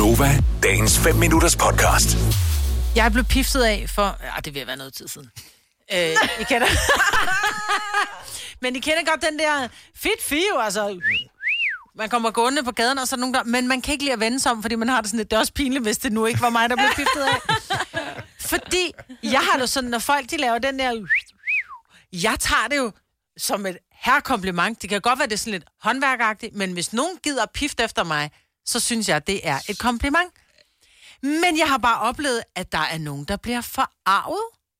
Gonova, dagens 5 minutters podcast. Jeg blev piftet af for... det vil være noget tid siden. I kender... Men I kender godt den der fit fio, altså... Man kommer gående på gaden, og så nogen der... Men man kan ikke lide at vende sig om, fordi man har det sådan lidt... Det er også pinligt, hvis det nu ikke var mig, der blev piftet af. Fordi jeg har det sådan, når folk de laver den der... Jeg tager det jo som et herrekompliment. Det kan godt være, det er sådan lidt håndværkagtigt, men hvis nogen gider pift efter mig, så synes jeg, det er et kompliment. Men jeg har bare oplevet, at der er nogen, der bliver forarvet.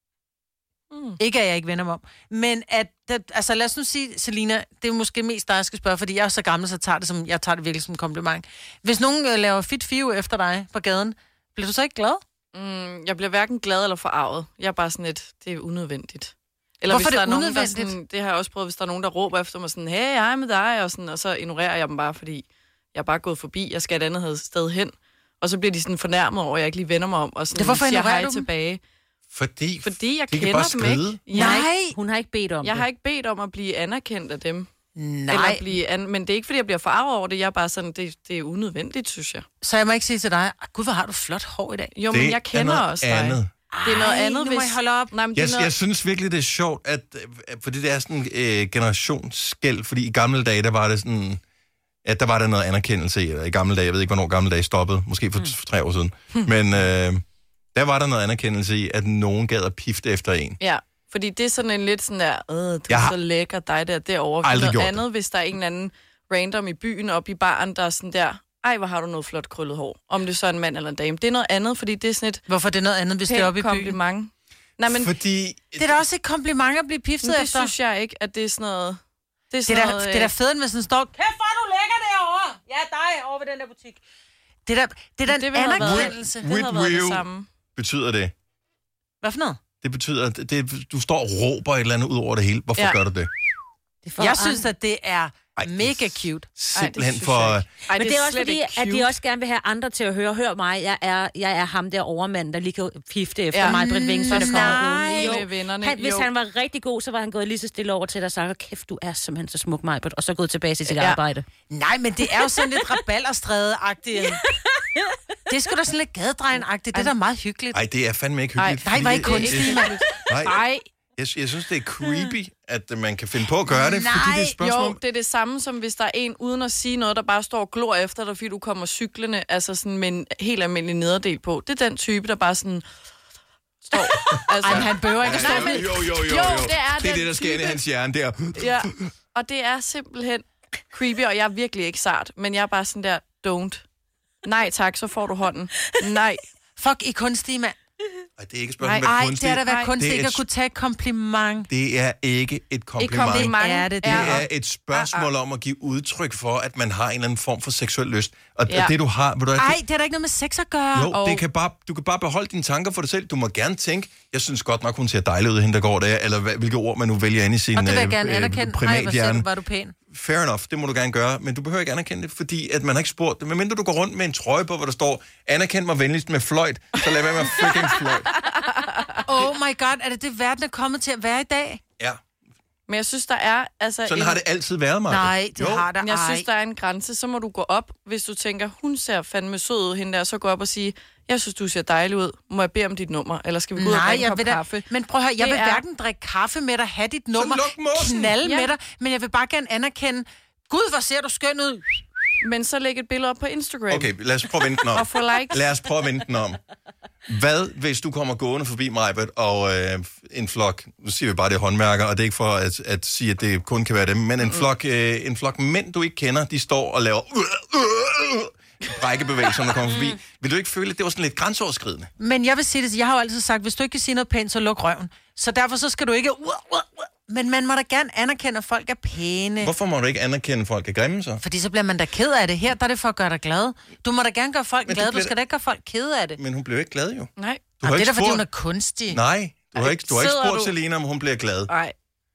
Ikke at jeg ikke vender mig om. Men at, altså lad os nu sige, Selina, det er måske mest dig, jeg skal spørge, fordi jeg er så gammel, så jeg tager det virkelig som en kompliment. Hvis nogen laver fit fio efter dig på gaden, bliver du så ikke glad? Jeg bliver hverken glad eller forarvet. Jeg er bare sådan lidt, det er unødvendigt. Eller Hvorfor hvis der er det nogen, unødvendigt? der sådan, det har jeg også prøvet, hvis der er nogen, der råber efter mig sådan, hey, hej med dig, og så ignorerer jeg dem bare, fordi jeg er bare gået forbi, jeg skal et andet sted hen. Og så bliver de sådan fornærmet over, at jeg ikke lige vender mig om, og sådan hvorfor siger ignorerer hej du dem? tilbage. Fordi jeg de kan kender bare dem skride. ikke. Nej, Hun har ikke bedt om Jeg det. har ikke bedt om at blive anerkendt af dem. Nej. Men det er ikke, fordi jeg bliver forarvet over det. Jeg er bare sådan, det er unødvendigt, synes jeg. Så jeg må ikke sige til dig, gud, hvor har du flot hår i dag. Jo, men jeg kender også dig. andet. Det er noget andet, nu må hvis... I holde op. Nej, men det er noget... Jeg synes virkelig, det er sjovt, fordi det er sådan generationsskæld, fordi i gamle dage, der var det sådan, at der var der noget anerkendelse i gamle dage. Jeg ved ikke, hvornår gamle dage stoppede, måske for 3 år siden. Men der var der noget anerkendelse i, at nogen gad at pifte efter en. Ja, fordi det er sådan en lidt sådan der, du er så lækker, dig derovre. Aldrig noget gjort andet, hvis der er en eller anden random i byen oppe i baren, der er sådan der, ej, hvor har du noget flot krøllet hår. Om det så er en mand eller en dame. Det er noget andet, fordi det er sådan et Hvorfor det er noget andet, hvis det er oppe i byen? kompliment. Nej, men Fordi Det er da også et kompliment at blive piftet det efter. synes jeg ikke, at det er sådan noget... Det er da fedt, hvis den står, kæft, hvor er du lækker derovre. Ja, dig over ved den der butik. Det er da en det ville have været- anerkendelse. Det havde været det samme. betyder det. Hvad for noget? Det betyder, at du står og råber et eller andet ud over det hele. Hvorfor gør du det? Jeg synes, at det er mega cute. Simpelthen synes for... jeg ikke. Ej, Men det er også slet fordi, ikke at de cute. også gerne vil have andre til at høre mig. Jeg er ham der overmand, der lige kan pifte efter mig, Britt Vingsø, der kommer Nej, gående. med vennerne. Hvis Jo. han var rigtig god, så var han gået lige så stille over til dig og sagt, kæft, du er simpelthen så smuk, Majbert, og så gået tilbage til sit arbejde. Nej, men det er jo sådan lidt rabalderstræde-agtigt. Det er sgu da sådan lidt gadedrejen-agtigt. Det er da meget hyggeligt. Ej, det er fandme ikke hyggeligt. Nej, var ikke fordi kunstigt, mand. Nej, Jeg synes, det er creepy, at man kan finde på at gøre det, fordi det er et spørgsmål. jo, det er det samme som hvis der er en uden at sige noget, der bare står og glor efter dig, fordi du kommer cyklende, altså sådan med en helt almindelig nederdel på. Det er den type, der bare sådan står. Altså, Ej, men han behøver ikke at stå Nej, men- Jo, det er det er den det, der sker inde i type. hans hjerne der. Ja, og det er simpelthen creepy, og jeg er virkelig ikke sart, men jeg er bare sådan der, don't. Nej tak, så får du hånden. Nej. Fuck, I er kunstige, mand. Ej, det er ikke et spørgsmål, Ej, hvad det kunstigt. er da været kunstigt Det er ikke at et- kunne tage et kompliment. Det er ikke et kompliment. kompliment. Det er det. Det er et spørgsmål om at give udtryk for, at man har en eller anden form for seksuel lyst. Og Ja. det, du har... Ved du, Ej, det er da ikke noget med sex at gøre. Jo, du kan bare beholde dine tanker for dig selv. Du må gerne tænke, jeg synes godt nok, hun ser dejlig ud, hende der går der, eller hvilke ord man nu vælger ind i sin Og det vil jeg gerne anerkende. Ej, hvor primathjerne. var du pæn. Fair enough, det må du gerne gøre, men du behøver ikke anerkende det, fordi at man har ikke spurgt det. Medmindre du går rundt med en trøje på, hvor der står, anerkend mig venligst med fløjt, så lad være med freaking fløjt. Oh my god, er det verden er kommet til at være i dag? Ja, Men jeg synes, der er... Altså, sådan har det altid været, Martin. Nej, det har der Jeg ej. synes, der er en grænse. Så må du gå op, hvis du tænker, hun ser fandme sød ud, hende der, så gå op og sige, jeg synes, du ser dejlig ud. Må jeg bede om dit nummer? Eller skal vi gå ud og Nej, drikke en jeg kop vil da, kaffe? men prøv at høre, jeg Det vil er- hverken drikke kaffe med dig, have dit nummer, luk måsen. knalde Ja. med dig, men jeg vil bare gerne anerkende, gud, hvor ser du skøn ud. Men så læg et billede op på Instagram. Okay, lad os prøve at vente den om. Og få likes. Lad os prøve at vente den om. Hvad, hvis du kommer gående forbi Majbert og en flok, nu siger vi bare, det er håndværker, og det er ikke for at sige, at det kun kan være dem, men en flok mænd, du ikke kender, de står og laver brækkebevægelser, når du kommer forbi. Vil du ikke føle, at det var sådan lidt grænseoverskridende? Men jeg vil sige det, jeg har jo altid sagt, hvis du ikke kan sige noget pænt, så luk røven. Så derfor så skal du ikke... Men man må da gerne anerkende, at folk er pæne. Hvorfor må du ikke anerkende, at folk er grimme så? Fordi så bliver man da ked af det. Her der er det for at gøre dig glad. Du må da gerne gøre folk Men glade, det bliver du skal da ikke gøre folk kede af det. Men hun blev ikke glad jo. Nej. Du har Det er ikke da fordi, spurgt... hun er kunstig. Nej, du har ikke Sidder spurgt du- Selena, om hun bliver glad. Nej.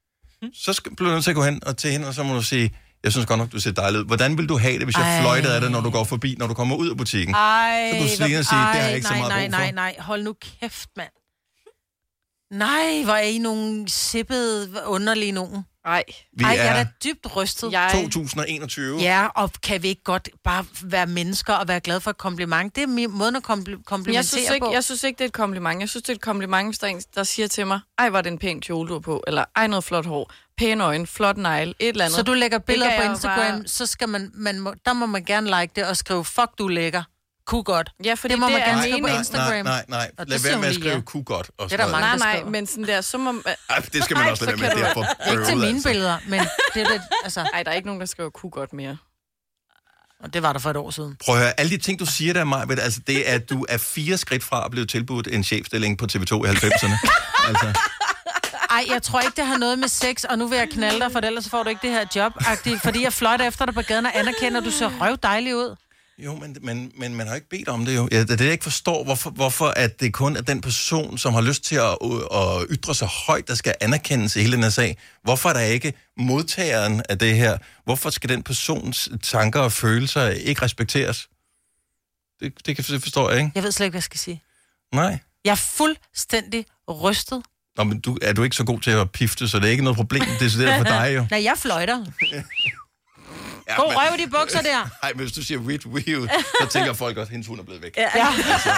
Så bliver du nødt til at gå hen og til hende, og så må du sige, jeg synes godt nok, du ser dejlig ud. Hvordan vil du have det, hvis jeg fløjtede af det, når du går forbi, når du kommer ud af butikken? Ej, Så kunne Selina sige, det har jeg ikke så meget brug for. nej. Hold nu kæft, mand. Nej, hvor er I nogle sippede, underlige nogen. Ej, jeg er da dybt rystet. 2021. Ja, og kan vi ikke godt bare være mennesker og være glade for et kompliment? Det er måden at komplimentere på. Jeg synes ikke, det er et kompliment. Jeg synes, det er et kompliment, hvis der er en, der siger til mig, ej, var det en pæn kjole, du har på, eller ej, noget flot hår, pæne øjne, flot negle, et eller andet. Så du lægger billeder på Instagram, så skal der må man gerne like det og skrive, fuck, du er lækker. Kunne godt. Ja, fordi det må man gerne skrive på Nej. Instagram. Lad være med at skrive kunne godt. Det er der mange, nej, men sådan der, så må... det skal man også lade være med, det er for ikke til mine billeder, men det er det, altså... Ej, der er ikke nogen, der skriver kunne godt mere. Og det var der for et år siden. Prøv at høre, alle de ting, du siger der, Maja, altså det er, at du er 4 skridt fra at blive tilbudt en chefstilling på TV2 i 90'erne. Altså... Ej, jeg tror ikke, det har noget med sex, og nu vil jeg knalde dig, for ellers så får du ikke det her job-agtigt, fordi jeg fløjter efter dig på gaden og anerkender, at du ser røv dejlig ud. Jo, men man har ikke bedt om det jo. Det jeg ikke forstår, hvorfor at det kun er den person, som har lyst til at ytre sig højt, der skal anerkendes i hele den her sag. Hvorfor er der ikke modtageren af det her? Hvorfor skal den persons tanker og følelser ikke respekteres? Det forstår jeg ikke. Jeg ved slet ikke, hvad jeg skal sige. Nej. Jeg er fuldstændig rystet. Nå, men er du ikke så god til at pifte, så det er ikke noget problem. Det er for dig jo. Nej, jeg fløjter. Ja, god røv i de bukser der. Nej, men hvis du siger weird, så tænker folk også, at hendes hund er blevet væk. Ja. Altså.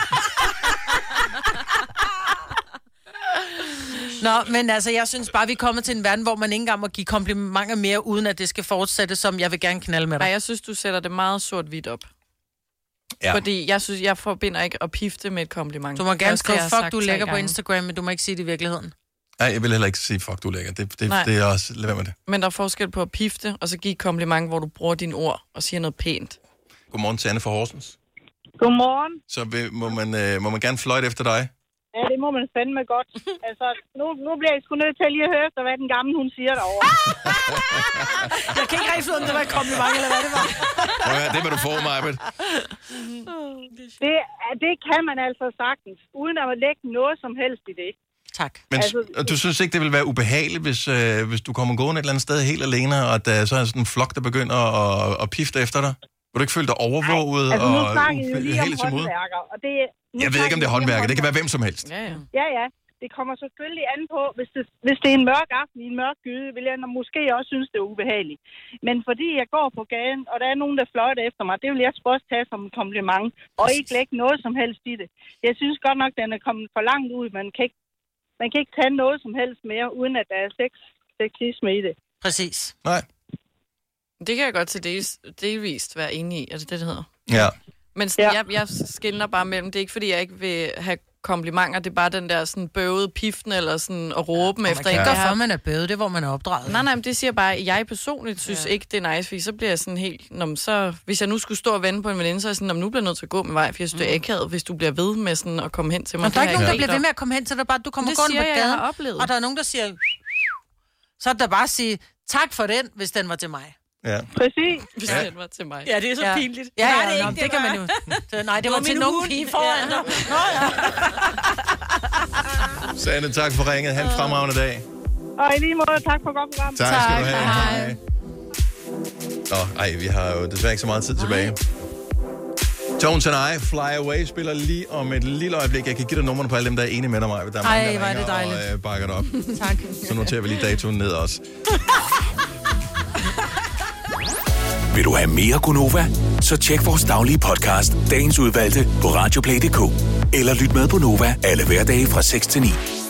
Nå, men altså, jeg synes bare, vi er kommet til en verden, hvor man ikke engang må give komplimenter mere, uden at det skal fortsætte, som jeg vil gerne knalde med dig. Nej, jeg synes, du sætter det meget sort-hvidt op. Ja. Fordi jeg synes, jeg forbinder ikke at pifte med et kompliment. Du må gerne skrive, fuck, du er lækker på Instagram, men du må ikke sige det i virkeligheden. Nej, jeg vil heller ikke sige, fuck, du er lækker. Det er også, lad være med det. Men der er forskel på at pifte, og så give et kompliment, hvor du bruger dine ord og siger noget pænt. Godmorgen til Anne fra Horsens. Godmorgen. Så må man gerne fløjte efter dig? Ja, det må man fandme godt. Altså, nu bliver jeg sgu nødt til lige at høre efter, hvad den gamle, hun siger derovre. Jeg kan ikke rigtig finde, om det var et kompliment, eller hvad det var. Det vil du få, Majbet. Det kan man altså sagtens, uden at lægge noget som helst i det. Tak. Men du synes ikke, det vil være ubehageligt, hvis du kommer gående et eller andet sted helt alene, og der så er sådan en flok, der begynder at pifte efter dig? Vil du ikke føle dig overvåget og ubehageligt til mode? Jeg ved ikke, om det er håndværker. Det kan være hvem som helst. Ja. Det kommer selvfølgelig an på, hvis det er en mørk aften i en mørk gyde, vil jeg måske også synes, det er ubehageligt. Men fordi jeg går på gaden, og der er nogen, der fløjter efter mig, det vil jeg også tage som en kompliment, og ikke lægge noget som helst i det. Jeg synes godt nok, den er kommet for langt ud. Man kan ikke tage noget som helst mere, uden at der er sexisme i det. Præcis. Nej. Det kan jeg godt til delvist være enig i. Er det det hedder? Ja. Men jeg skiller bare mellem. Det er ikke, fordi jeg ikke vil have komplimenter. Det er bare den der sådan bøvede piften, eller sådan at råbe efter en. Man kan ikke gøre for, man er bøvet. Det er, hvor man er opdraget. Nej, men det siger bare, at jeg personligt synes ikke, det er nice, fordi så bliver jeg sådan helt... hvis jeg nu skulle stå og vente på en veninde, så er jeg sådan, nu bliver jeg nødt til at gå med vej, for jeg synes, det er akavet, hvis du bliver ved med sådan at komme hen til mig. Men der er ikke nogen, der bliver ved med at komme hen til dig, bare du kommer gående på gaden, og der er nogen, der siger... Så er der bare at sige, tak for den, hvis den var til mig. Ja. Præcis. Hvis den var til mig. Ja, det er så pinligt. Ja, det kan man jo. Nej, det var til nogen pige foran dig. Sanne, tak for ringet. Ha' en fremragende dag. Og i lige måde, tak for godt program. Tak skal du have. Hej. Vi har jo desværre ikke så meget tid tilbage. Tones and I, Fly Away, spiller lige om et lille øjeblik. Jeg kan give dig nummerne på alle dem, der er enige med dig, Maja. Der er mange, der ringer og bakker dig op. Tak. Så noterer vi lige datoen ned også. Vil du have mere Gunova? Så tjek vores daglige podcast, dagens udvalgte, på radioplay.dk. Eller lyt med på Nova alle hverdage fra 6 til 9.